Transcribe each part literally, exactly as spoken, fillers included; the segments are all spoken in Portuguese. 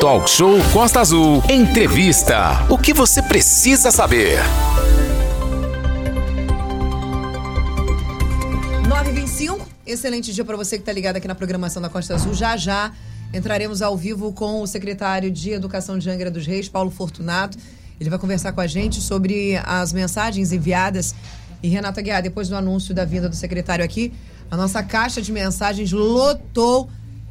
Talk Show Costa Azul. Entrevista. O que você precisa saber? nove e vinte e cinco. Excelente dia para você que está ligado aqui na programação da Costa Azul. Já já entraremos ao vivo com o secretário de Educação de Angra dos Reis, Paulo Fortunato. Ele vai conversar com a gente sobre as mensagens enviadas. E, Renata Guiar, depois do anúncio da vinda do secretário aqui, a nossa caixa de mensagens lotou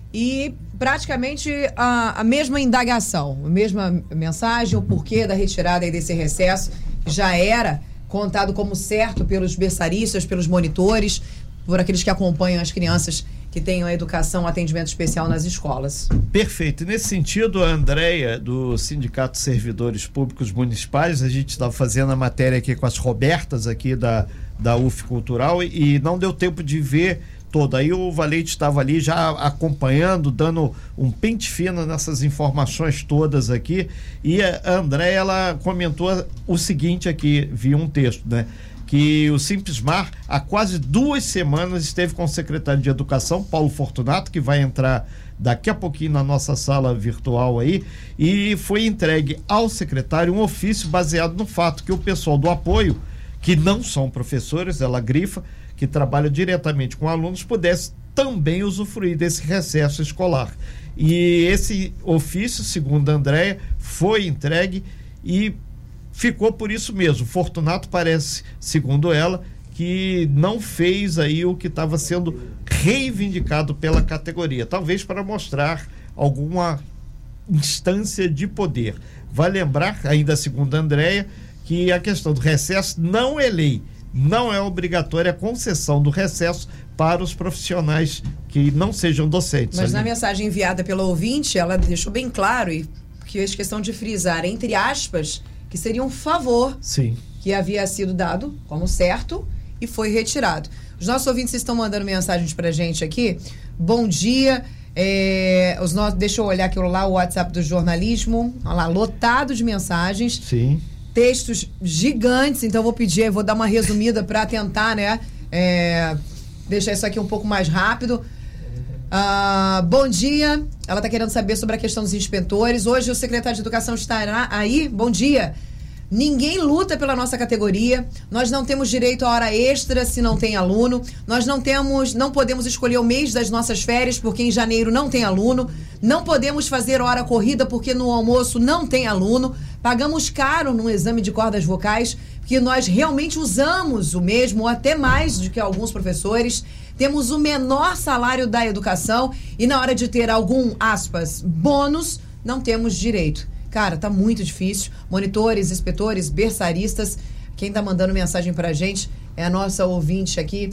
e praticamente a, a mesma indagação, a mesma mensagem, o porquê da retirada aí desse recesso, já era contado como certo pelos berçaristas, pelos monitores, por aqueles que acompanham as crianças que tenham a educação, atendimento especial nas escolas. Perfeito. Nesse sentido, a Andréia, do Sindicato de Servidores Públicos Municipais, a gente estava fazendo a matéria aqui com as Robertas aqui da, da U F Cultural e, e não deu tempo de ver toda. Aí o Valente estava ali já acompanhando, dando um pente fino nessas informações todas aqui, e a Andréia, ela comentou o seguinte aqui, vi um texto, né? Que o Simplesmar, há quase duas semanas, esteve com o secretário de Educação, Paulo Fortunato, que vai entrar daqui a pouquinho na nossa sala virtual aí, e foi entregue ao secretário um ofício baseado no fato que o pessoal do apoio, que não são professores, ela grifa, que trabalha diretamente com alunos, pudesse também usufruir desse recesso escolar. E esse ofício, segundo a Andréia, foi entregue e ficou por isso mesmo. Fortunato parece, segundo ela, que não fez aí o que estava sendo reivindicado pela categoria, talvez para mostrar alguma instância de poder. Vai lembrar, ainda segundo a Andréia, que a questão do recesso não é lei, não é obrigatória a concessão do recesso para os profissionais que não sejam docentes. Mas ali. Na mensagem enviada pelo ouvinte, ela deixou bem claro, e que fez questão de frisar, entre aspas, que seria um favor. Sim. Que havia sido dado como certo e foi retirado. Os nossos ouvintes estão mandando mensagens pra gente aqui. Bom dia. É, os nossos, deixa eu olhar aqui lá o WhatsApp do jornalismo. Olha lá, lotado de mensagens. Sim. Textos gigantes, então eu vou pedir, vou dar uma resumida para tentar, né? É, deixar isso aqui um pouco mais rápido. Ah, bom dia. Ela está querendo saber sobre a questão dos inspetores. Hoje o secretário de Educação estará aí. Bom dia. Ninguém luta pela nossa categoria. Nós não temos direito a hora extra se não tem aluno. Nós não temos, não podemos escolher o mês das nossas férias porque em janeiro não tem aluno. Não podemos fazer hora corrida porque no almoço não tem aluno. Pagamos caro num exame de cordas vocais porque nós realmente usamos o mesmo ou até mais do que alguns professores. Temos o menor salário da educação e na hora de ter algum, aspas, bônus, não temos direito. Cara, tá muito difícil. Monitores, inspetores, berçaristas. Quem tá mandando mensagem pra gente é a nossa ouvinte aqui,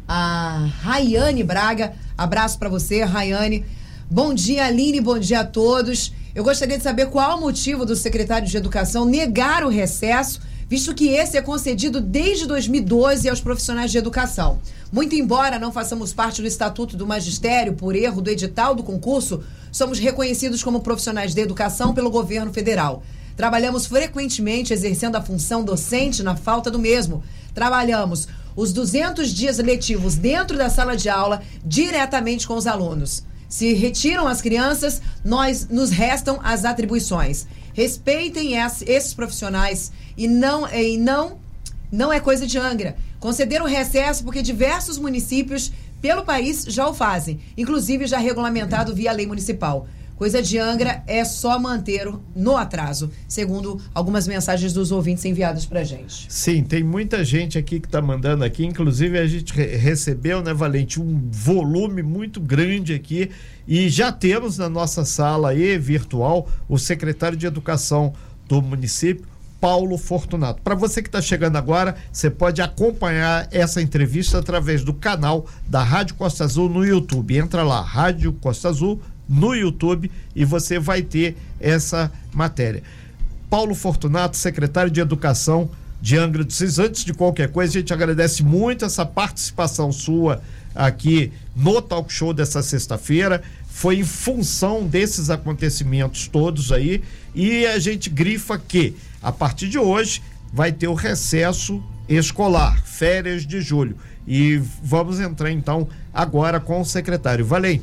a Rayane Braga. Abraço pra você, Rayane. Bom dia, Aline. Bom dia a todos. Eu gostaria de saber qual o motivo do secretário de Educação negar o recesso, visto que esse é concedido desde dois mil e doze aos profissionais de educação. Muito embora não façamos parte do Estatuto do Magistério por erro do edital do concurso, somos reconhecidos como profissionais de educação pelo governo federal. Trabalhamos frequentemente exercendo a função docente na falta do mesmo. Trabalhamos os duzentos dias letivos dentro da sala de aula diretamente com os alunos. Se retiram as crianças, nós nos restam as atribuições. Respeitem esses profissionais e não, e não, não é coisa de Angra. Conceder o recesso porque diversos municípios pelo país já o fazem, inclusive já regulamentado via lei municipal. Coisa de Angra é só manter no atraso, segundo algumas mensagens dos ouvintes enviadas pra gente. Sim, tem muita gente aqui que tá mandando aqui, inclusive a gente re- recebeu, né, Valente, um volume muito grande aqui e já temos na nossa sala aí, virtual, o secretário de Educação do município, Paulo Fortunato. Para você que está chegando agora, você pode acompanhar essa entrevista através do canal da Rádio Costa Azul no YouTube. Entra lá, Rádio Costa Azul no YouTube e você vai ter essa matéria. Paulo Fortunato, secretário de Educação de Angra dos Reis. Antes de qualquer coisa, a gente agradece muito essa participação sua aqui no Talk Show dessa sexta-feira. Foi em função desses acontecimentos todos aí e a gente grifa que a partir de hoje vai ter o recesso escolar, férias de julho. E vamos entrar então agora com o secretário. Valente,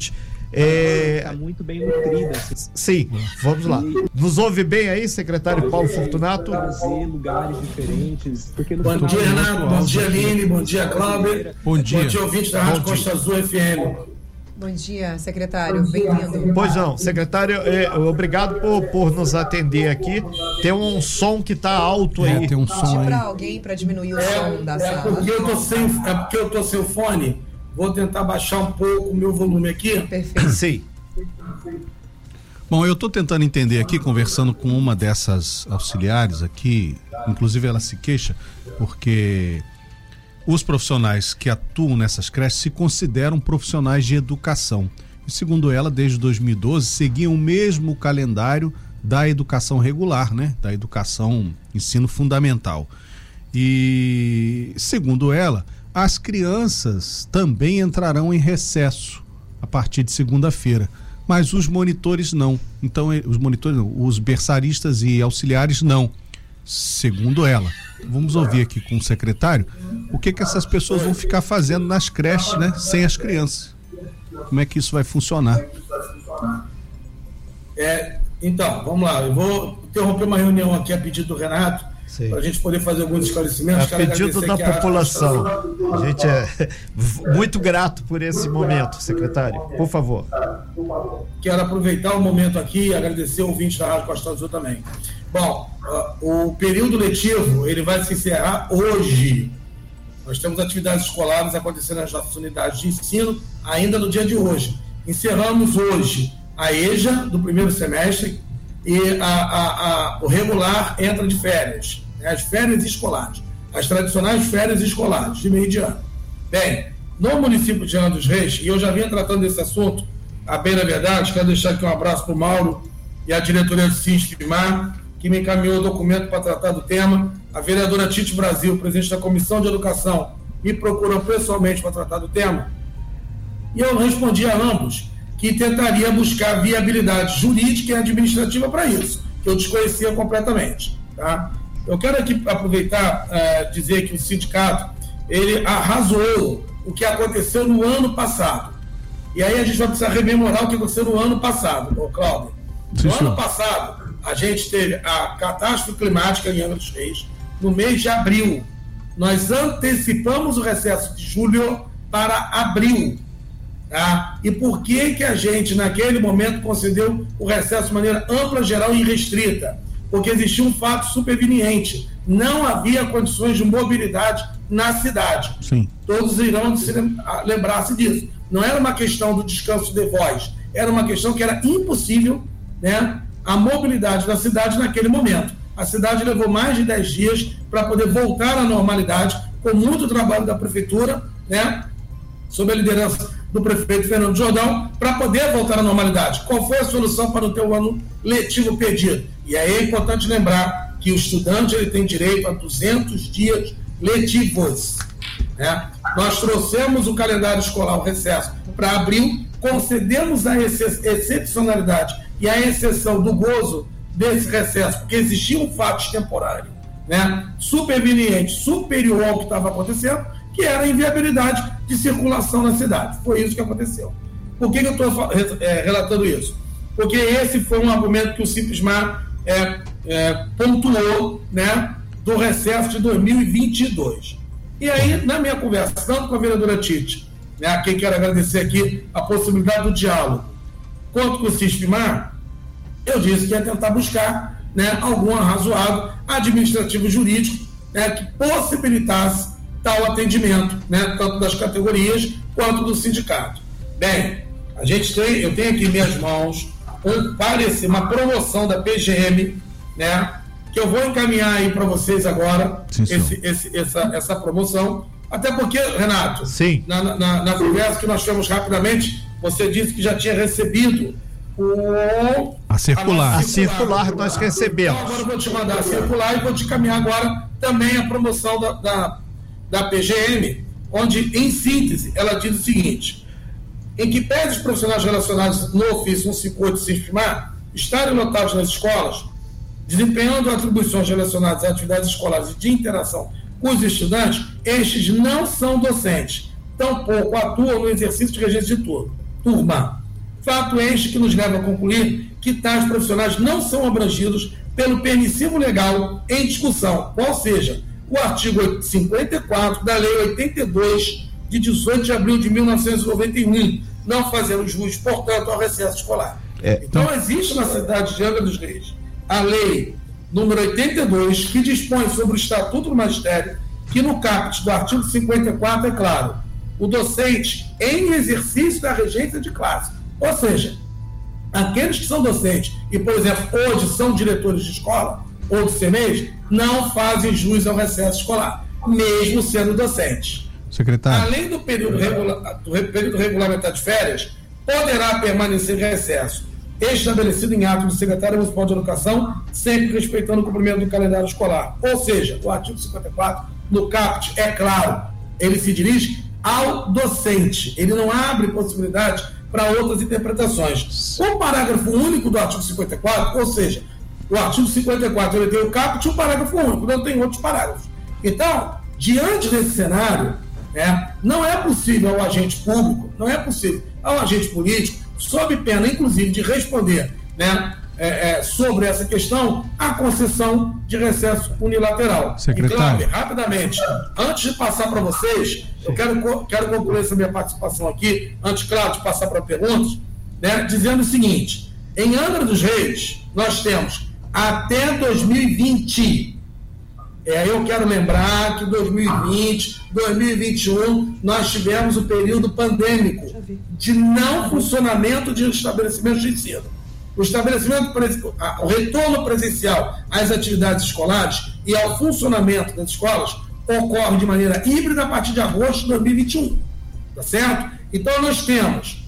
É... Está muito bem nutrida. Sim, vamos lá. Nos ouve bem aí, secretário Paulo Fortunato? Trazer lugares diferentes. Porque no bom dia, Renato. Bom dia, Aline. Bom dia, Cláudio. Bom dia. Bom dia, ouvinte da Rádio Costa Azul F M. Bom dia, secretário. Bem-vindo. Pois não, secretário, é, obrigado por, por nos atender aqui. Tem um som que tá alto aí. É, tem um som Pedir aí. para alguém para diminuir o É, som da é sala. porque eu tô sem, é porque eu tô sem o fone. Vou tentar baixar um pouco o meu volume aqui. Perfeito. Sim. Bom, eu estou tentando entender aqui, conversando com uma dessas auxiliares aqui, inclusive ela se queixa, porque os profissionais que atuam nessas creches se consideram profissionais de educação. E segundo ela, desde dois mil e doze, seguiam o mesmo calendário da educação regular, né? Da educação ensino fundamental. E, segundo ela, as crianças também entrarão em recesso a partir de segunda-feira, mas os monitores não. Então, os monitores não, os berçaristas e auxiliares não, segundo ela. Vamos ouvir aqui com o secretário o que que essas pessoas vão ficar fazendo nas creches, né, sem as crianças. Como é que isso vai funcionar? É, então, vamos lá. Eu vou interromper uma reunião aqui a pedido do Renato, para a gente poder fazer alguns esclarecimentos. A pedido da população. A gente é muito grato por esse momento, secretário. Por favor. Quero aproveitar o momento aqui e agradecer o ouvinte da Rádio Costa Azul também. Bom, uh, o período letivo, ele vai se encerrar hoje. Nós temos atividades escolares acontecendo nas nossas unidades de ensino ainda no dia de hoje. Encerramos hoje a E J A do primeiro semestre e a, a, a, o regular entra de férias, né? As férias escolares, as tradicionais férias escolares de meio de ano. Bem, no município de Angra dos Reis, e eu já vinha tratando desse assunto, a bem na verdade, quero deixar aqui um abraço para o Mauro e a diretoria do SINSPIMAR, que me encaminhou o documento para tratar do tema. A vereadora Tite Brasil, presidente da Comissão de Educação, me procurou pessoalmente para tratar do tema. E eu respondi a ambos que tentaria buscar viabilidade jurídica e administrativa para isso, que eu desconhecia completamente. Tá? Eu quero aqui aproveitar é, dizer que o sindicato, ele arrasou o que aconteceu no ano passado. E aí a gente vai precisar rememorar o que aconteceu no ano passado, ô Cláudio. No Sim, ano senhor. passado, a gente teve a catástrofe climática em Angra dos Reis, no mês de abril. Nós antecipamos o recesso de julho para abril. Tá? E por que que a gente, naquele momento, concedeu o recesso de maneira ampla, geral e restrita? Porque existia um fato superveniente. Não havia condições de mobilidade na cidade. Sim. Todos irão se lembrar-se disso. Não era uma questão do descanso de voz, era uma questão que era impossível, né, a mobilidade da cidade naquele momento. A cidade levou mais de dez dias para poder voltar à normalidade, com muito trabalho da prefeitura, né, sob a liderança do prefeito Fernando Jordão, para poder voltar à normalidade. Qual foi a solução para o teu ano letivo pedido? E aí é importante lembrar que o estudante ele tem direito a duzentos dias letivos. Né? Nós trouxemos o calendário escolar, o recesso, para abril, concedemos a ex- excepcionalidade e a exceção do gozo desse recesso, porque existia um fato temporário, né, superveniente, superior ao que estava acontecendo, que era a inviabilidade de circulação na cidade. Foi isso que aconteceu. Por que, que eu estou é, relatando isso? Porque esse foi um argumento que o Simplismar é, é, pontuou, né, do recesso de dois mil e vinte e dois. E aí, na minha conversa, tanto com a vereadora Tite, né, a quem quero agradecer aqui a possibilidade do diálogo, quanto com o Simplismar, eu disse que ia tentar buscar, né, algum arrazoado administrativo jurídico, né, que possibilitasse tal atendimento, né, tanto das categorias quanto do sindicato. Bem, a gente tem, eu tenho aqui em minhas mãos um parecer, uma promoção da P G M, né, que eu vou encaminhar aí para vocês agora. Sim, esse, esse, essa, essa promoção, até porque, Renato, Sim. Na, na, na conversa que nós tivemos rapidamente, você disse que já tinha recebido o... A circular. A, A circular nós recebemos. Então, agora eu vou te mandar a circular e vou te encaminhar agora também a promoção da, da, da P G M, onde, em síntese, ela diz o seguinte: em que pese os profissionais relacionados no ofício cento e cinquenta e oito do Simplismar estarem lotados nas escolas, desempenhando atribuições relacionadas a atividades escolares de interação com os estudantes, estes não são docentes, tampouco atuam no exercício de regência de turma. Fato este que nos leva a concluir que tais profissionais não são abrangidos pelo permissivo legal em discussão, qual seja o artigo cinquenta e quatro da Lei oitenta e dois, de dezoito de abril de mil novecentos e noventa e um, não fazendo jus, portanto, ao recesso escolar. É, então, então, existe na cidade de Angra dos Reis a Lei número oitenta e dois, que dispõe sobre o Estatuto do Magistério, que no caput do artigo cinquenta e quatro é claro, o docente em exercício da regência de classe. Ou seja, aqueles que são docentes e, por exemplo, hoje são diretores de escola ou de C M E S, não fazem jus ao recesso escolar, mesmo sendo docentes. Secretário. Além do período, regula- do período regulamentar de férias, poderá permanecer em recesso, estabelecido em ato do secretário municipal de educação, sempre respeitando o cumprimento do calendário escolar. Ou seja, o artigo cinquenta e quatro, no caput, é claro, ele se dirige ao docente, ele não abre possibilidade para outras interpretações. O parágrafo único do artigo cinquenta e quatro, ou seja, o artigo cinquenta e quatro ele tem o caput e o parágrafo único, não tem outros parágrafos. Então, diante desse cenário, né, não é possível ao agente público, não é possível ao agente político, sob pena, inclusive, de responder, né, é, é, sobre essa questão, a concessão de recesso unilateral. Secretário. Então, rapidamente, antes de passar para vocês, eu quero, quero concluir essa minha participação aqui, antes, claro, de passar para perguntas, né, dizendo o seguinte: em Angra dos Reis, nós temos até dois mil e vinte. É, eu quero lembrar que dois mil e vinte, dois mil e vinte e um, nós tivemos o período pandêmico de não funcionamento de estabelecimentos de ensino. O estabelecimento, o retorno presencial às atividades escolares e ao funcionamento das escolas ocorre de maneira híbrida a partir de agosto de dois mil e vinte e um. Tá certo? Então, nós temos,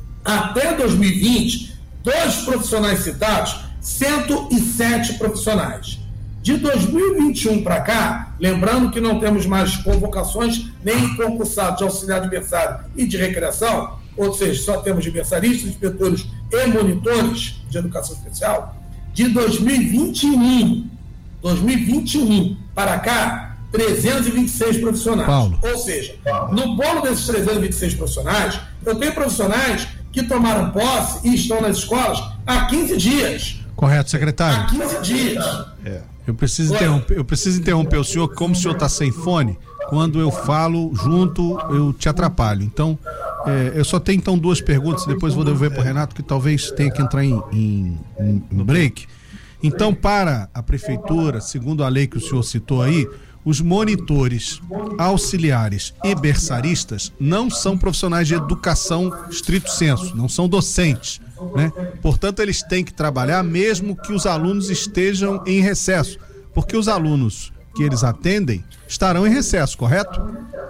até dois mil e vinte, dois profissionais citados, cento e sete profissionais. De dois mil e vinte e um para cá, lembrando que não temos mais convocações nem concursados de auxiliar de berçário e de recreação, ou seja, só temos berçaristas, inspetores e monitores de educação especial. De dois mil e vinte e um, dois mil e vinte e um para cá, trezentos e vinte e seis profissionais. Paulo. Ou seja, no bolo desses trezentos e vinte e seis profissionais, eu tenho profissionais que tomaram posse e estão nas escolas há quinze dias. Correto, secretário. Há quinze dias. É. Eu preciso interromper, eu preciso interromper o senhor, como o senhor está sem fone, quando eu falo junto, eu te atrapalho. Então, é, eu só tenho então duas perguntas, depois vou devolver para o Renato, que talvez tenha que entrar em, em, em break. Então, para a prefeitura, segundo a lei que o senhor citou aí, os monitores, auxiliares e berçaristas não são profissionais de educação estrito sensu, não são docentes, né? Portanto, eles têm que trabalhar mesmo que os alunos estejam em recesso, porque os alunos que eles atendem estarão em recesso, correto?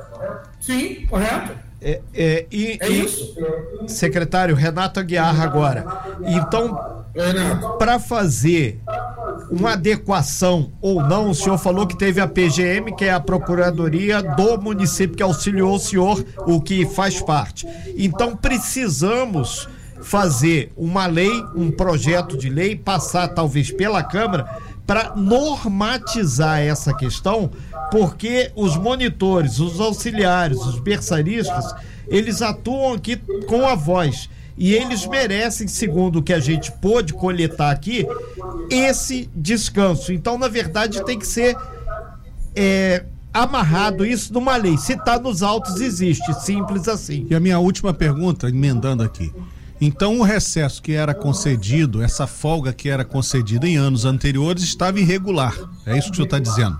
Sim, correto. É, é, e, É e, isso. secretário, Renato Aguiar agora. Então, para fazer uma adequação ou não, o senhor falou que teve a P G M, que é a Procuradoria do município, que auxiliou o senhor, o que faz parte. Então, precisamos fazer uma lei, um projeto de lei, passar talvez pela Câmara, para normatizar essa questão, porque os monitores, os auxiliares, os berçaristas, eles atuam aqui com a voz e eles merecem, segundo o que a gente pôde coletar aqui, esse descanso. Então, na verdade, tem que ser é, amarrado isso numa lei. Se está nos autos, existe, simples assim. E a minha última pergunta, emendando aqui. Então, o recesso que era concedido, essa folga que era concedida em anos anteriores, estava irregular. É isso que o senhor está dizendo?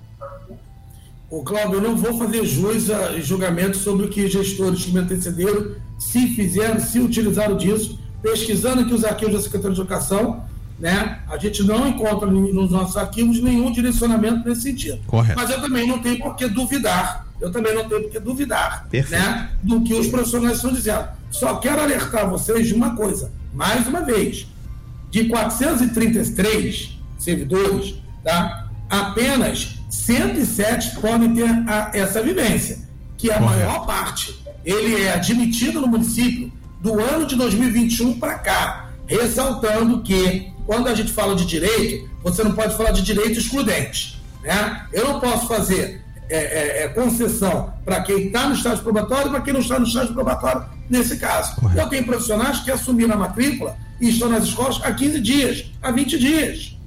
Ô, Cláudio, eu não vou fazer jus a julgamento sobre o que gestores que me antecederam, se fizeram, se utilizaram disso. Pesquisando aqui os arquivos da Secretaria de Educação, né, a gente não encontra nos nossos arquivos nenhum direcionamento nesse sentido. Correto. Mas eu também não tenho por que duvidar, eu também não tenho por que duvidar, né, do que os profissionais estão dizendo. Só quero alertar vocês de uma coisa, mais uma vez, de quatrocentos e trinta e três servidores, tá, apenas cento e sete podem ter a, essa vivência, que a Correto. Maior parte, ele é admitido no município do ano de dois mil e vinte e um para cá, ressaltando que, quando a gente fala de direito, você não pode falar de direito excludente, né? Eu não posso fazer é, é, é, concessão para quem está no estágio probatório e para quem não está no estágio probatório nesse caso. Correto. Eu tenho profissionais que assumiram a matrícula e estão nas escolas há quinze dias, há vinte dias.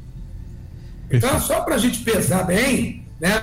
Então, só para a gente pesar bem, né,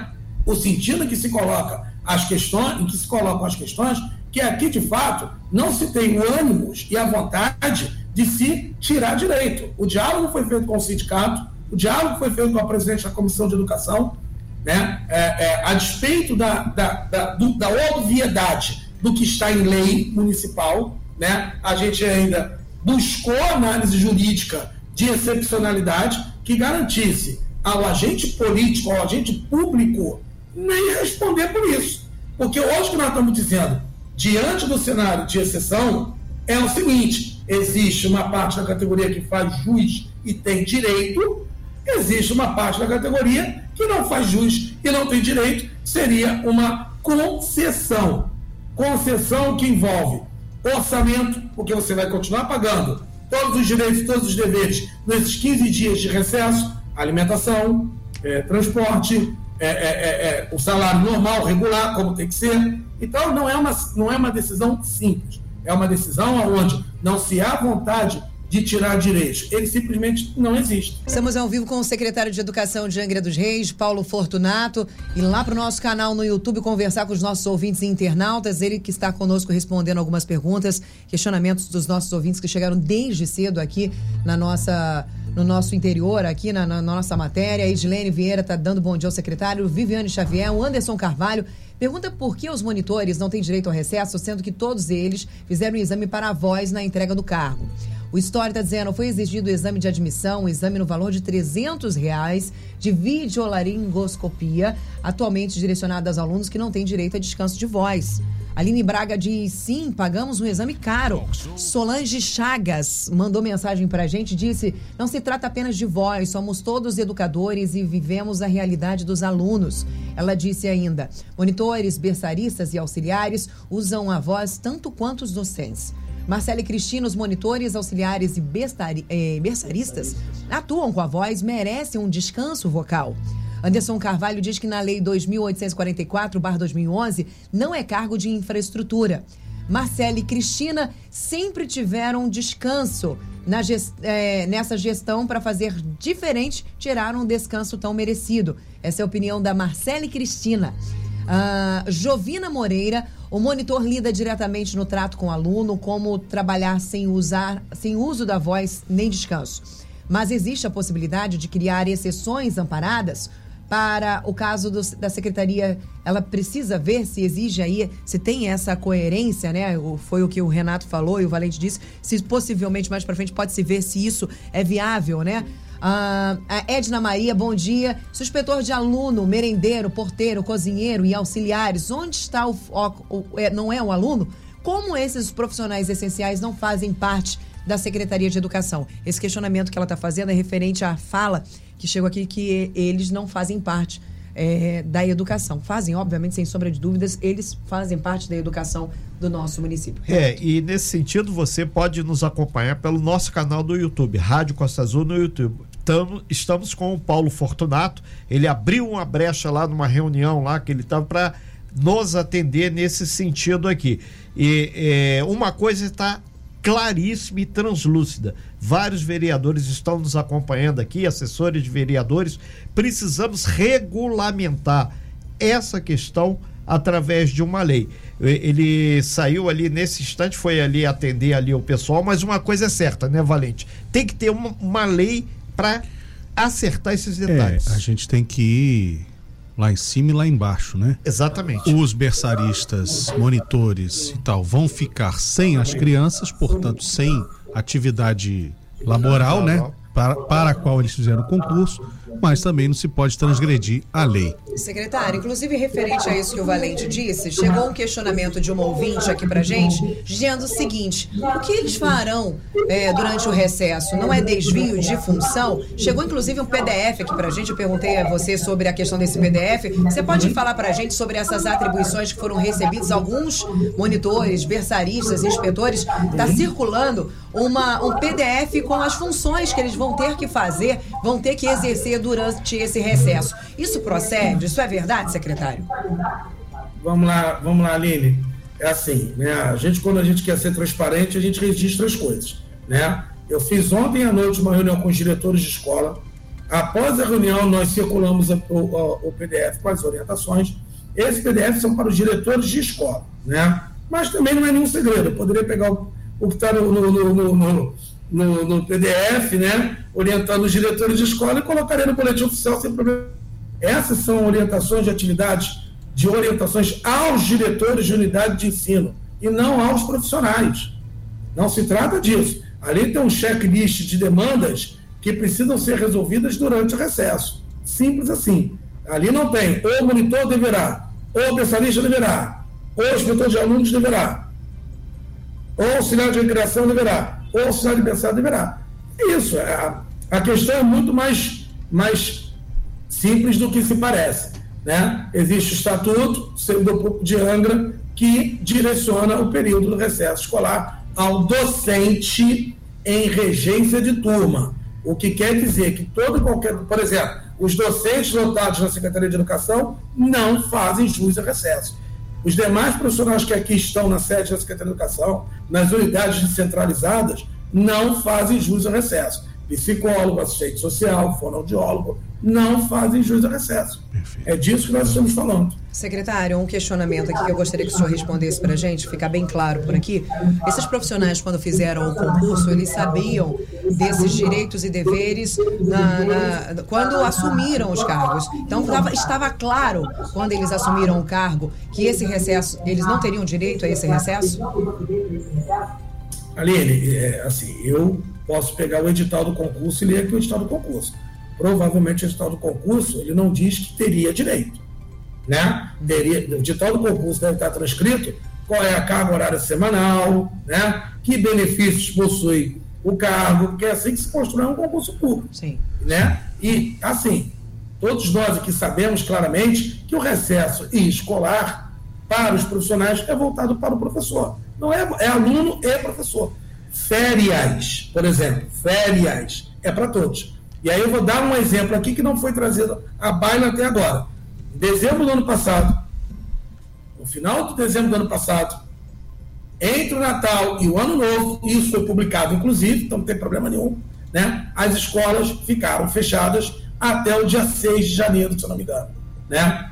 o sentido em que se coloca as questões, em que se colocam as questões, que aqui, de fato, não se tem o ânimo e a vontade de se tirar direito. O diálogo foi feito com o sindicato, o diálogo foi feito com a presidente da Comissão de Educação, né, é, é, a despeito da, da, da, do, da obviedade do que está em lei municipal, né, a gente ainda buscou análise jurídica de excepcionalidade que garantisse ao agente político, ao agente público, nem responder por isso. Porque hoje que nós estamos dizendo, diante do cenário de exceção, é o seguinte: existe uma parte da categoria que faz jus e tem direito, existe uma parte da categoria que não faz jus e não tem direito, seria uma concessão. Concessão que envolve orçamento, porque você vai continuar pagando todos os direitos, todos os deveres nesses quinze dias de recesso, alimentação, é, transporte, é, é, é, o salário normal, regular, como tem que ser. Então, não é uma, não é uma decisão simples. É uma decisão onde não se há vontade de tirar direitos. Ele simplesmente não existe. Estamos ao vivo com o secretário de Educação de Angra dos Reis, Paulo Fortunato, e lá para o nosso canal no YouTube conversar com os nossos ouvintes e internautas, ele que está conosco respondendo algumas perguntas, questionamentos dos nossos ouvintes que chegaram desde cedo aqui na nossa, no nosso interior, aqui na, na nossa matéria. A Edilene Vieira está dando bom dia ao secretário, Viviane Xavier, o Anderson Carvalho pergunta por que os monitores não têm direito ao recesso, sendo que todos eles fizeram o exame para a voz na entrega do cargo. O Story está dizendo, foi exigido o exame de admissão, um exame no valor de trezentos reais de videolaringoscopia, atualmente direcionado aos alunos que não têm direito a descanso de voz. Aline Braga diz, sim, pagamos um exame caro. Solange Chagas mandou mensagem pra gente, disse, não se trata apenas de voz, somos todos educadores e vivemos a realidade dos alunos. Ela disse ainda, monitores, berçaristas e auxiliares usam a voz tanto quanto os docentes. Marcela e Cristina, os monitores, auxiliares e bestari, eh, berçaristas atuam com a voz, merecem um descanso vocal. Anderson Carvalho diz que na Lei dois mil oitocentos e quarenta e quatro barra dois mil e onze não é cargo de infraestrutura. Marcela e Cristina sempre tiveram descanso na gest, eh, nessa gestão para fazer diferente, tiraram um descanso tão merecido. Essa é a opinião da Marcela e Cristina. Uh, Jovina Moreira, o monitor lida diretamente no trato com o aluno, como trabalhar sem usar, sem uso da voz nem descanso. Mas existe a possibilidade de criar exceções amparadas para o caso do, da secretaria. Ela precisa ver se exige aí, se tem essa coerência, né? Foi o que o Renato falou e o Valente disse, se possivelmente mais para frente pode se ver se isso é viável, né? Ah, a Edna Maria, bom dia. Suspetor de aluno, merendeiro, porteiro, cozinheiro e auxiliares, onde está o, o, o é, não é o aluno? Como esses profissionais essenciais não fazem parte da Secretaria de Educação? Esse questionamento que ela está fazendo é referente à fala que chegou aqui, que eles não fazem parte é, da educação. Fazem, obviamente, sem sombra de dúvidas, eles fazem parte da educação do nosso município. É, e nesse sentido você pode nos acompanhar pelo nosso canal do YouTube, Rádio Costa Azul no YouTube. Tamo, estamos com o Paulo Fortunato, ele abriu uma brecha lá numa reunião lá que ele estava para nos atender nesse sentido aqui. E é, uma coisa está claríssima e translúcida. Vários vereadores estão nos acompanhando aqui, assessores de vereadores. Precisamos regulamentar essa questão através de uma lei. Ele saiu ali nesse instante, foi ali atender ali o pessoal, mas uma coisa é certa, né, Valente? Tem que ter uma, uma lei para acertar esses detalhes. É, a gente tem que ir lá em cima e lá embaixo, né? Exatamente. Os berçaristas, monitores e tal vão ficar sem as crianças, portanto, sem atividade laboral, né? Para, para a qual eles fizeram o concurso, mas também não se pode transgredir a lei. Secretário, inclusive referente a isso que o Valente disse, chegou um questionamento de uma ouvinte aqui pra gente, dizendo o seguinte, o que eles farão é, durante o recesso? Não é desvio de função? Chegou inclusive um P D F aqui pra gente, eu perguntei a você sobre a questão desse P D F, você pode falar pra gente sobre essas atribuições que foram recebidas? Alguns monitores, berçaristas, inspetores, está circulando uma, um P D F com as funções que eles vão ter que fazer, vão ter que exercer durante esse recesso. Isso procede? Isso é verdade, secretário? Vamos lá, vamos lá, Aline. é assim, né? A gente, quando a gente quer ser transparente, a gente registra as coisas, né? Eu fiz ontem à noite uma reunião com os diretores de escola. Após a reunião, nós circulamos o, o, o P D F com as orientações. Esses P D Fs são para os diretores de escola, né? Mas também não é nenhum segredo. Eu poderia pegar o, o que está no, no, no, no, no, no P D F, né? Orientando os diretores de escola, e colocaria no boletim oficial sem problema. Essas são orientações de atividades, de orientações aos diretores de unidade de ensino e não aos profissionais. Não se trata disso. Ali tem um checklist de demandas que precisam ser resolvidas durante o recesso. Simples assim. Ali não tem ou o monitor deverá, ou o berçarista deverá, ou o inspetor de alunos deverá, ou o auxiliar de recreação deverá, ou o auxiliar de berçário deverá. Isso. A, a questão é muito mais, mais simples do que se parece, né? Existe o estatuto do Público de Angra que direciona o período do recesso escolar ao docente em regência de turma, o que quer dizer que todo e qualquer, por exemplo, os docentes lotados na Secretaria de Educação não fazem jus a recesso. Os demais profissionais que aqui estão na sede da Secretaria de Educação, nas unidades descentralizadas, não fazem jus a recesso. Psicólogo, assistente social, fonoaudiólogo, não fazem jus a recesso. Perfeito. É disso que nós estamos falando. Secretário, um questionamento aqui que eu gostaria que o senhor respondesse para a gente, ficar bem claro por aqui. Esses profissionais, quando fizeram o concurso, eles sabiam desses direitos e deveres na, na, quando assumiram os cargos. Então, tava, estava claro, quando eles assumiram o cargo, que esse recesso, eles não teriam direito a esse recesso? Aline, é, assim, eu posso pegar o edital do concurso e ler aqui o edital do concurso. Provavelmente o edital do concurso, ele não diz que teria direito, né? Teria, o edital do concurso deve estar transcrito qual é a carga horária semanal, né? Que benefícios possui o cargo, porque é assim que se constrói um concurso público. Sim. Né? E, assim, todos nós aqui sabemos claramente que o recesso escolar para os profissionais é voltado para o professor. Não é, é aluno e professor. Férias, por exemplo, férias é para todos. E aí eu vou dar um exemplo aqui que não foi trazido à baila até agora. Em dezembro do ano passado, no final de dezembro do ano passado, entre o Natal e o Ano Novo, isso foi publicado inclusive, então não tem problema nenhum, né? As escolas ficaram fechadas até o dia seis de janeiro, se eu não me engano, né?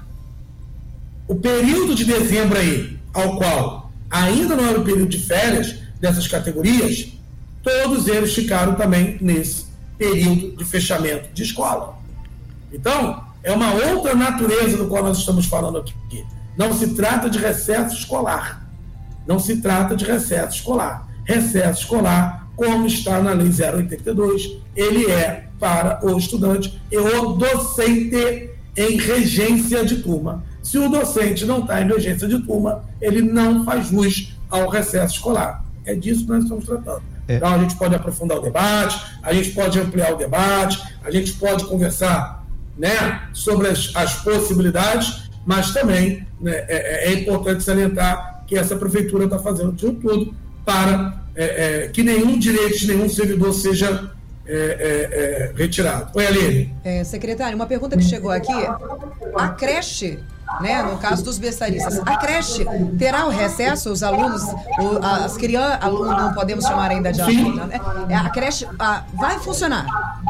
O período de dezembro aí, ao qual ainda não era o período de férias dessas categorias, todos eles ficaram também nesse período de fechamento de escola. Então, é uma outra natureza do qual nós estamos falando aqui. Não se trata de recesso escolar. Não se trata de recesso escolar. Recesso escolar, como está na Lei zero oitenta e dois, ele é para o estudante e o docente em regência de turma. Se o docente não está em regência de turma, ele não faz jus ao recesso escolar. É disso que nós estamos tratando. É. Então a gente pode aprofundar o debate, a gente pode ampliar o debate, a gente pode conversar, né, sobre as, as possibilidades, mas também, né, é, é importante salientar que essa prefeitura está fazendo de tudo para é, é, que nenhum direito de nenhum servidor seja é, é, é, retirado. Oi, Aline. É, secretário, uma pergunta que chegou aqui. A creche, né, no caso dos berçaristas, a creche terá o recesso, os alunos, o, as crianças, alunos não podemos chamar ainda de alunos, né? A creche a, vai funcionar?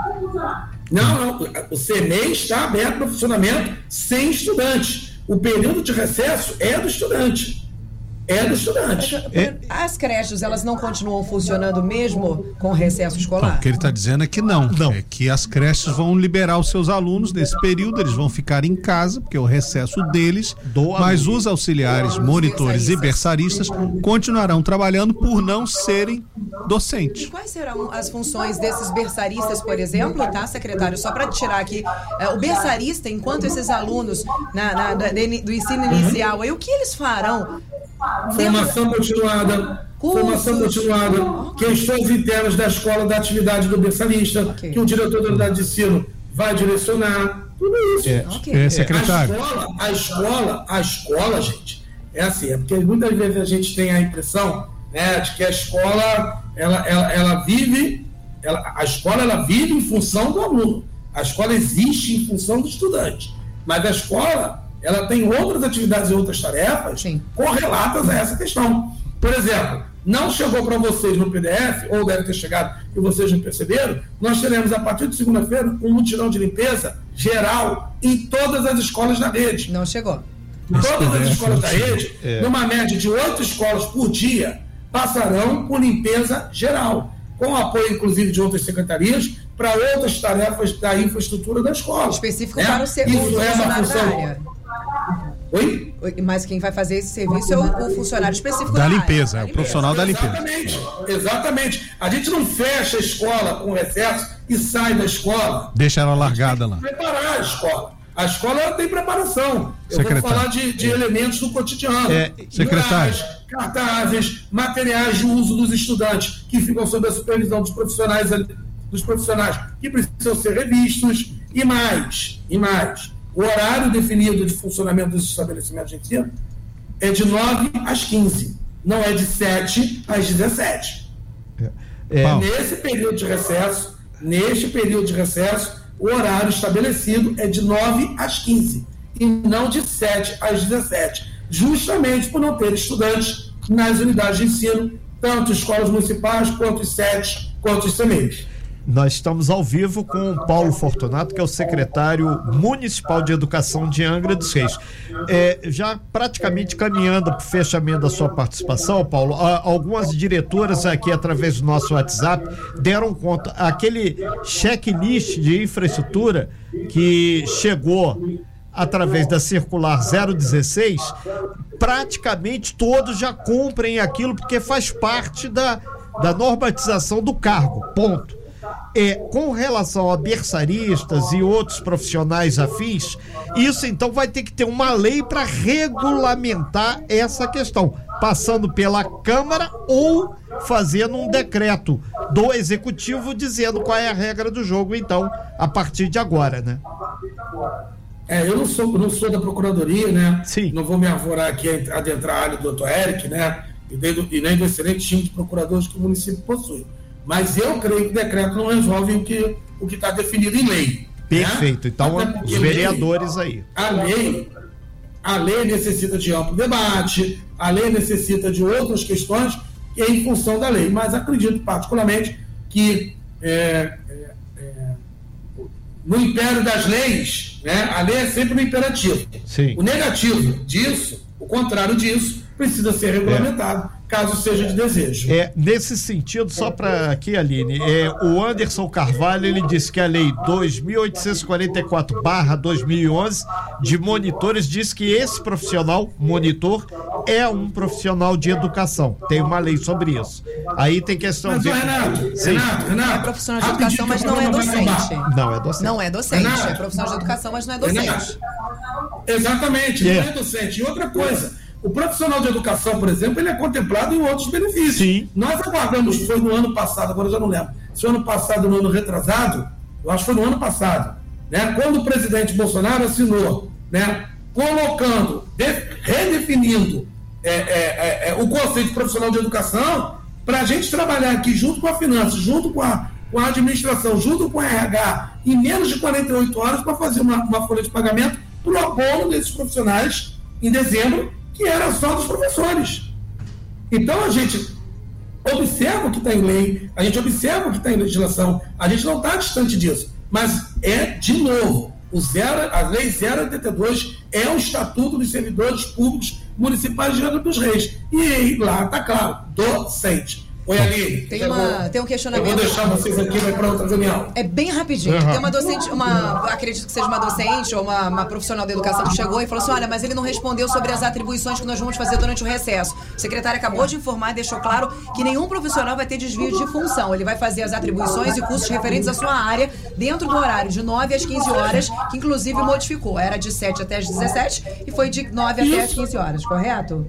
Não, não, o C M E I está aberto para funcionamento sem estudante. O período de recesso é do estudante. É do estudante. As creches, elas não continuam funcionando mesmo com recesso escolar? Não, o que ele está dizendo é que não. não. É que as creches vão liberar os seus alunos nesse período, eles vão ficar em casa, porque é o recesso deles, Do mas aluno. Os auxiliares, monitores e berçaristas continuarão trabalhando por não serem docentes. E quais serão as funções desses berçaristas, por exemplo, tá, secretário? Só para tirar aqui, é, o berçarista, enquanto esses alunos na, na, da, do ensino inicial, aí, o que eles farão? Formação continuada, Cursos. formação continuada, okay. Questões internas da escola, da atividade do berçarista, okay. que o diretor da unidade de ensino vai direcionar, tudo isso. É, okay. é, secretário. A escola, a escola, a escola, gente, é assim, é porque muitas vezes a gente tem a impressão, né, de que a escola, ela, ela, ela vive, ela, a escola ela vive em função do aluno, a escola existe em função do estudante, mas a escola, ela tem outras atividades e outras tarefas Sim. correlatas a essa questão. Por exemplo, não chegou para vocês no P D F, ou deve ter chegado e vocês não perceberam, nós teremos a partir de segunda-feira um mutirão de limpeza geral em todas as escolas da rede. Não chegou. Todas as escolas da rede, É. numa média de oito escolas por dia, passarão por limpeza geral, com apoio, inclusive, de outras secretarias, para outras tarefas da infraestrutura da escola. Específico né? para o ser- Isso o é uma funcionário da função. área. Oi? Mas quem vai fazer esse serviço é o, o funcionário específico Da área. limpeza, é o profissional da limpeza. Exatamente, exatamente. A gente não fecha a escola com recesso e sai da escola. Deixa ela largada lá. Preparar a escola. A escola ela tem preparação. Eu Secretário. vou falar de, de elementos do cotidiano. É, secretário. Murais, cartazes, materiais de uso dos estudantes que ficam sob a supervisão dos profissionais, dos profissionais que precisam ser revistos e mais, e mais. O horário definido de funcionamento dos estabelecimentos de ensino é de nove às quinze, não é de sete às dezessete. É, Paulo. Nesse período de recesso, neste período de recesso, o horário estabelecido é de nove às quinze e não de sete às dezessete, justamente por não ter estudantes nas unidades de ensino, tanto escolas municipais quanto os SETs, quanto os CEMEIs. Nós estamos ao vivo com o Paulo Fortunato, que é o secretário municipal de educação de Angra dos Reis. É, já praticamente caminhando para o fechamento da sua participação, Paulo, a- algumas diretoras aqui, através do nosso WhatsApp, deram conta, aquele checklist de infraestrutura que chegou através da circular zero dezesseis, praticamente todos já cumprem aquilo, porque faz parte da, da normatização do cargo, ponto. É, com relação a berçaristas e outros profissionais afins, isso então vai ter que ter uma lei para regulamentar essa questão, passando pela Câmara ou fazendo um decreto do Executivo dizendo qual é a regra do jogo, então, a partir de agora, né? É, eu não sou, não sou da Procuradoria, né? Sim. Não vou me arvorar aqui a adentrar a área do doutor Eric, né? E nem do, e nem do excelente time de procuradores que o município possui. Mas eu creio que o decreto não resolve o que o que está definido em lei. Perfeito. Né? Então, Até porque os vereadores aí. A lei, a lei necessita de amplo debate, a lei necessita de outras questões que é em função da lei. Mas acredito particularmente que é, é, é, no império das leis, né, a lei é sempre um imperativo. Sim. O negativo disso, o contrário disso, precisa ser regulamentado, caso seja de desejo. É, nesse sentido, só para aqui, Aline, é, o Anderson Carvalho, ele disse que a lei dois mil oitocentos e quarenta e quatro barra dois mil e onze de monitores diz que esse profissional, monitor, é um profissional de educação. Tem uma lei sobre isso. Aí tem questão Mas, de... ô, Renato, Sim. Renato, Renato, É profissional de rapidinho educação, mas que o não é programa vai docente. acabar. Não, é docente. Não é docente, Renato. é profissional de educação, mas não é docente. Renato, exatamente, É. não é docente. E outra coisa, o profissional de educação, por exemplo, ele é contemplado em outros benefícios. Sim. Nós aguardamos, foi no ano passado, agora eu já não lembro, se foi ano passado, no ano retrasado, eu acho que foi no ano passado, né, quando o presidente Bolsonaro assinou, né, colocando, de, redefinindo é, é, é, é, o conceito de profissional de educação, para a gente trabalhar aqui junto com a finança, junto com a, com a administração, junto com a R H, em menos de quarenta e oito horas para fazer uma, uma folha de pagamento para o abono desses profissionais em dezembro, que era só dos professores. Então a gente observa o que está em lei, a gente observa o que está em legislação, a gente não está distante disso, mas é, de novo, o zero, a lei zero oitenta e dois é o Estatuto dos Servidores Públicos Municipais de Angra dos Reis. E lá está claro, docente. Oi, Aline. Tem, eu uma, vou- tem um Eu questionamento. vou deixar vocês aqui, vai para outra reunião. É bem rapidinho. Uhum. Tem uma docente, uma, acredito que seja uma docente ou uma, uma profissional da educação que chegou e falou assim: olha, mas ele não respondeu sobre as atribuições que nós vamos fazer durante o recesso. O secretário acabou de informar e deixou claro que nenhum profissional vai ter desvio de função. Ele vai fazer as atribuições e cursos referentes à sua área dentro do horário de nove às quinze horas, que inclusive modificou. Era de sete até as dezessete e foi de nove até as quinze horas, correto?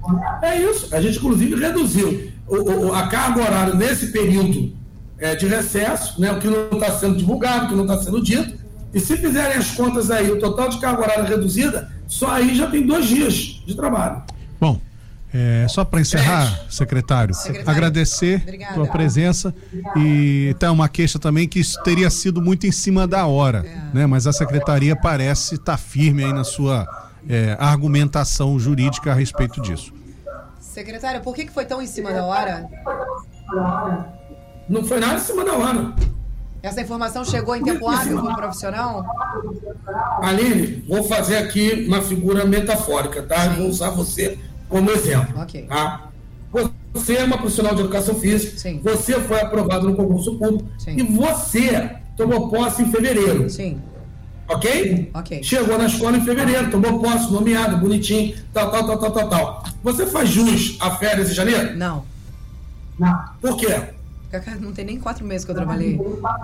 É isso. A gente, inclusive, reduziu o, o, a carga horária nesse período é, de recesso, né, o que não está sendo divulgado, o que não está sendo dito. E se fizerem as contas aí, o total de carga horária reduzida, só aí já tem dois dias de trabalho. Bom, é, só para encerrar, secretário, Secretário, agradecer obrigada. tua presença e tem uma queixa também que isso teria sido muito em cima da hora, É. né? Mas a secretaria parece estar firme aí na sua é, argumentação jurídica a respeito disso. Secretário, por que que foi tão em cima da hora? Não foi nada em cima da hora. Essa informação chegou em tempo hábil para o profissional? Aline, vou fazer aqui uma figura metafórica, tá? Vou usar você como exemplo. Ok. Tá? Você é uma profissional de educação física, Sim. você foi aprovado no concurso público. Sim. E você tomou posse em fevereiro. Sim. Ok? Ok. Chegou na escola em fevereiro, tomou posse, nomeado, bonitinho, tal, tal, tal, tal, tal, tal. Você faz jus a férias em janeiro? Não. Não. Por quê? Não tem nem quatro meses que eu trabalhei.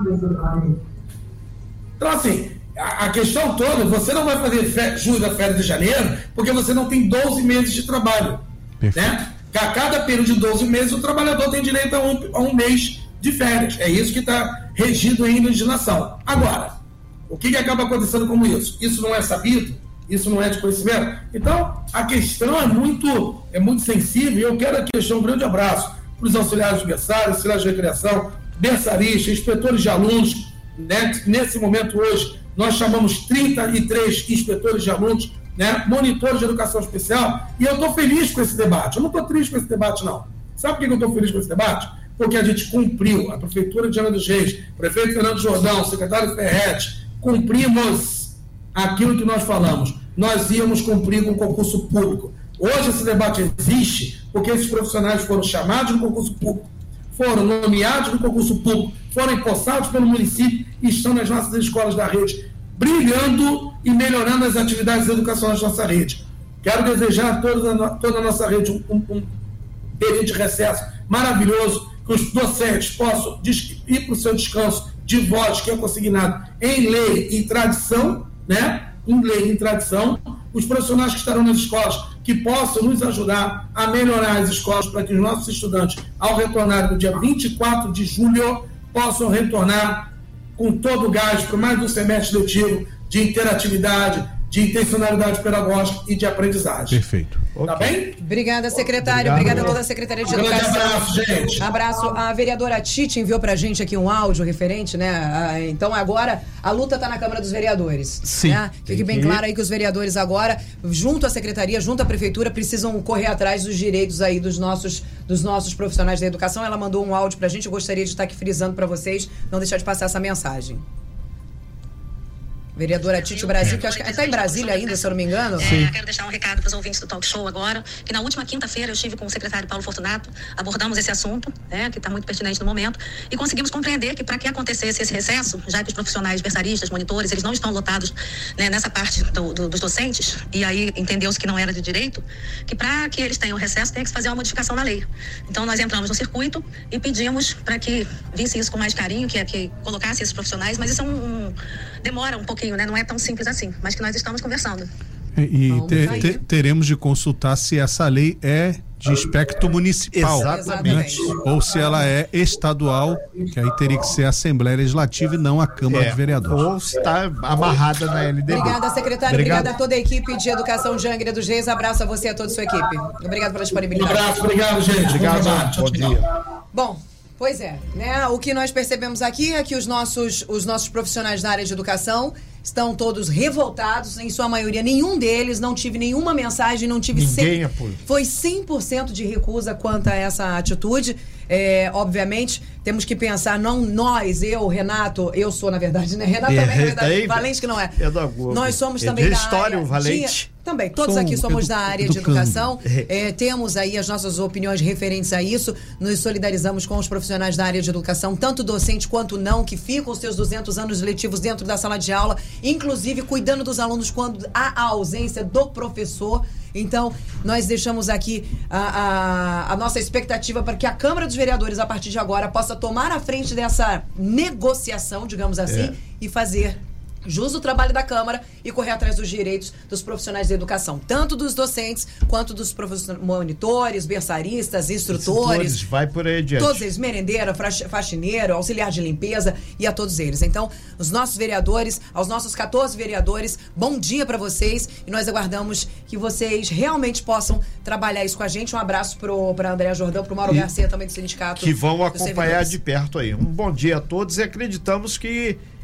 Então, assim, a, a questão toda, você não vai fazer fe, jus da férias de janeiro porque você não tem doze meses de trabalho. Né? A cada período de doze meses, o trabalhador tem direito a um, a um mês de férias. É isso que está regido em legislação. Agora, o que, que acaba acontecendo com isso? Isso não é sabido? Isso não é de conhecimento? Então, a questão é muito, é muito sensível e eu quero aqui deixar um grande abraço para os auxiliares de berçário, auxiliares de recreação, berçaristas, inspetores de alunos. Né? Nesse momento hoje, nós chamamos trinta e três inspetores de alunos, né? Monitores de educação especial, e eu estou feliz com esse debate. Eu não estou triste com esse debate, não. Sabe por que eu estou feliz com esse debate? Porque a gente cumpriu, a Prefeitura de Angra dos Reis, prefeito Fernando Jordão, secretário Ferretti, cumprimos aquilo que nós falamos. Nós íamos cumprir com o concurso público. Hoje esse debate existe porque esses profissionais foram chamados no concurso público, foram nomeados no concurso público, foram empossados pelo município e estão nas nossas escolas da rede, brilhando e melhorando as atividades educacionais da nossa rede. Quero desejar a toda, toda a nossa rede um, um, um período de recesso maravilhoso, que os docentes possam ir para o seu descanso de voz, que é consignado em lei e tradição, né? Em lei e tradição, os profissionais que estarão nas escolas, que possam nos ajudar a melhorar as escolas para que os nossos estudantes, ao retornar no dia vinte e quatro de julho, possam retornar com todo o gás para mais um semestre letivo de interatividade, de intencionalidade pedagógica e de aprendizagem. Perfeito. Tá Okay. bem? Obrigada, secretário. Obrigado. Obrigada a toda a Secretaria de Um grande Educação. abraço, gente. Abraço. A vereadora Tite enviou pra gente aqui um áudio referente, né? Ah, então agora a luta tá na Câmara dos Vereadores. Sim. Né? Fique bem que... claro aí que os vereadores agora, junto à Secretaria, junto à Prefeitura, precisam correr atrás dos direitos aí dos nossos, dos nossos profissionais da educação. Ela mandou um áudio pra gente, eu gostaria de estar aqui frisando pra vocês, não deixar de passar essa mensagem. Vereadora Tite Brasil, que acho que está em Brasília ainda, se eu não me engano. É, quero deixar um recado para os ouvintes do Talk Show agora, que na última quinta-feira eu estive com o secretário Paulo Fortunato, abordamos esse assunto, né, que está muito pertinente no momento, e conseguimos compreender que para que acontecesse esse recesso, já que os profissionais berçaristas, monitores, eles não estão lotados, né, nessa parte do, do, dos docentes, e aí entendeu-se que não era de direito, que para que eles tenham recesso tem que se fazer uma modificação na lei. Então nós entramos no circuito e pedimos para que visse isso com mais carinho, que é que colocasse esses profissionais, mas isso é um, um, demora um pouquinho, né? Não é tão simples assim, mas que nós estamos conversando. E, e te, te, teremos de consultar se essa lei é de espectro municipal. Exatamente. Né? Ou se ela é estadual, que aí teria que ser a Assembleia Legislativa e não a Câmara É, de Vereadores. ou está amarrada na L D B. Obrigada, secretário. Obrigado. Obrigada a toda a equipe de Educação de Angra dos Reis. Abraço a você e a toda a sua equipe. Obrigado pela Um disponibilidade. abraço, obrigado, gente. Obrigado, Bom trabalho. Tchau, bom tchau. dia. Bom, pois é, né? O que nós percebemos aqui é que os nossos, os nossos profissionais da área de educação estão todos revoltados, em sua maioria, nenhum deles, não tive nenhuma mensagem, não tive... Ninguém cem, apoia. Foi cem por cento de recusa quanto a essa atitude. É, obviamente, temos que pensar, não nós, eu, Renato, eu sou, na verdade, né? Renato É, também, na verdade, daí- Valente que não é. É da Globo. Nós somos É também de da história, área... o Valente. de- Também, todos Sou aqui somos edu- da área de educando. educação. É, temos aí as nossas opiniões referentes a isso. Nos solidarizamos com os profissionais da área de educação, tanto docente quanto não, que ficam os seus duzentos anos letivos dentro da sala de aula, inclusive cuidando dos alunos quando há a ausência do professor. Então, nós deixamos aqui a, a, a nossa expectativa para que a Câmara dos Vereadores, a partir de agora, possa tomar a frente dessa negociação, digamos assim, É. e fazer jus do trabalho da Câmara e correr atrás dos direitos dos profissionais da educação, tanto dos docentes quanto dos professores, monitores, berçaristas, instrutores, Instrutores, vai por aí adiante. todos eles, merendeira, fax- faxineiro, auxiliar de limpeza e a todos eles. Então, os nossos vereadores, aos nossos quatorze vereadores, bom dia para vocês e nós aguardamos que vocês realmente possam trabalhar isso com a gente. Um abraço para André Jordão, para o Mauro E Garcia também do sindicato. Que vão dos acompanhar servidores. de perto aí. Um bom dia a todos e acreditamos que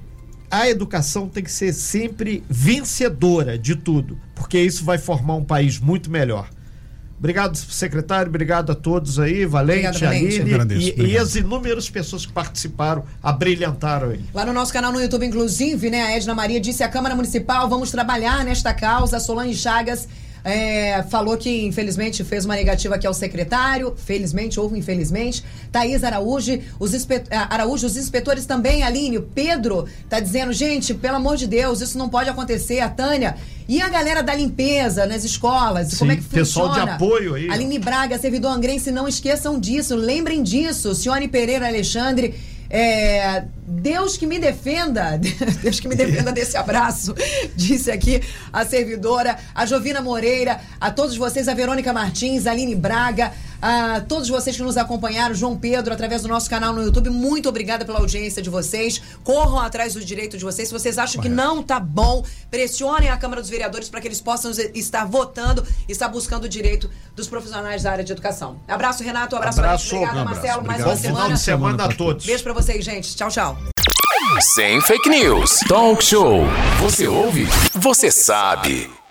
a educação tem que ser sempre vencedora de tudo, porque isso vai formar um país muito melhor. Obrigado, secretário, obrigado a todos aí, Valente, Aline e, e as inúmeras pessoas que participaram, abrilhantaram aí. Lá no nosso canal no YouTube, inclusive, né, a Edna Maria disse: a Câmara Municipal, vamos trabalhar nesta causa. A Solange Chagas é, falou que, infelizmente, fez uma negativa aqui ao secretário. Felizmente, houve infelizmente. Thaís Araújo, os, inspe... Araújo, os inspetores também, Aline. O Pedro tá dizendo: gente, pelo amor de Deus, isso não pode acontecer. A Tânia. E a galera da limpeza nas escolas, Sim, como é que pessoal funciona? de apoio aí. Aline Braga, servidor angrense, não esqueçam disso, lembrem disso. Cione Pereira Alexandre, é, Deus que me defenda, Deus que me defenda desse abraço, disse aqui a servidora, a Jovina Moreira, a todos vocês, a Verônica Martins, a Aline Braga, a todos vocês que nos acompanharam, João Pedro, através do nosso canal no YouTube, muito obrigada pela audiência de vocês. Corram atrás do direito de vocês. Se vocês acham que não tá bom, pressionem a Câmara dos Vereadores para que eles possam estar votando e estar buscando o direito dos profissionais da área de educação. Abraço, Renato. Abraço, abraço Obrigada, um Marcelo. Abraço. Mais Obrigado. uma semana. Bom final de semana a todos. Beijo pra vocês, gente. Tchau, tchau. Sem fake news. Talk show. Você ouve? Você sabe.